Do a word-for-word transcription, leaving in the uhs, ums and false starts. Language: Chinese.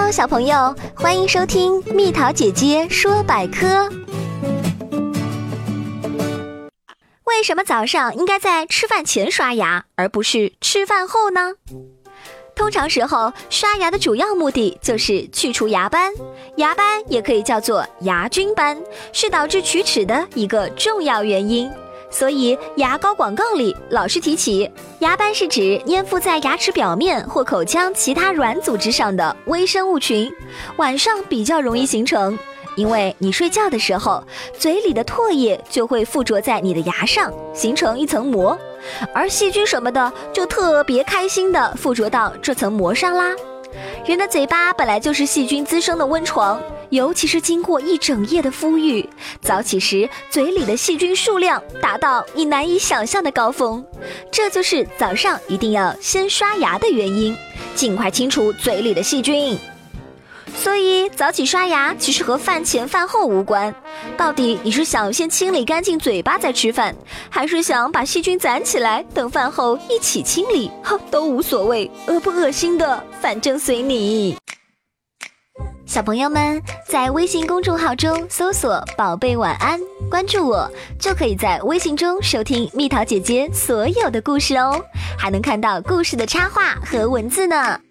Hello， 小朋友，欢迎收听蜜桃姐姐说百科。为什么早上应该在吃饭前刷牙，而不是吃饭后呢？通常时候，刷牙的主要目的就是去除牙斑，牙斑也可以叫做牙菌斑，是导致龋齿的一个重要原因。所以牙膏广告里老是提起，牙斑是指粘附在牙齿表面或口腔其他软组织上的微生物群，晚上比较容易形成，因为你睡觉的时候，嘴里的唾液就会附着在你的牙上，形成一层膜，而细菌什么的就特别开心地附着到这层膜上啦。人的嘴巴本来就是细菌滋生的温床，尤其是经过一整夜的敷育，早起时嘴里的细菌数量达到你难以想象的高峰，这就是早上一定要先刷牙的原因，尽快清除嘴里的细菌。所以早起刷牙其实和饭前饭后无关，到底你是想先清理干净嘴巴再吃饭，还是想把细菌攒起来等饭后一起清理，都无所谓，恶不恶心的反正随你。小朋友们在微信公众号中搜索宝贝晚安，关注我，就可以在微信中收听蜜桃姐姐所有的故事哦，还能看到故事的插画和文字呢。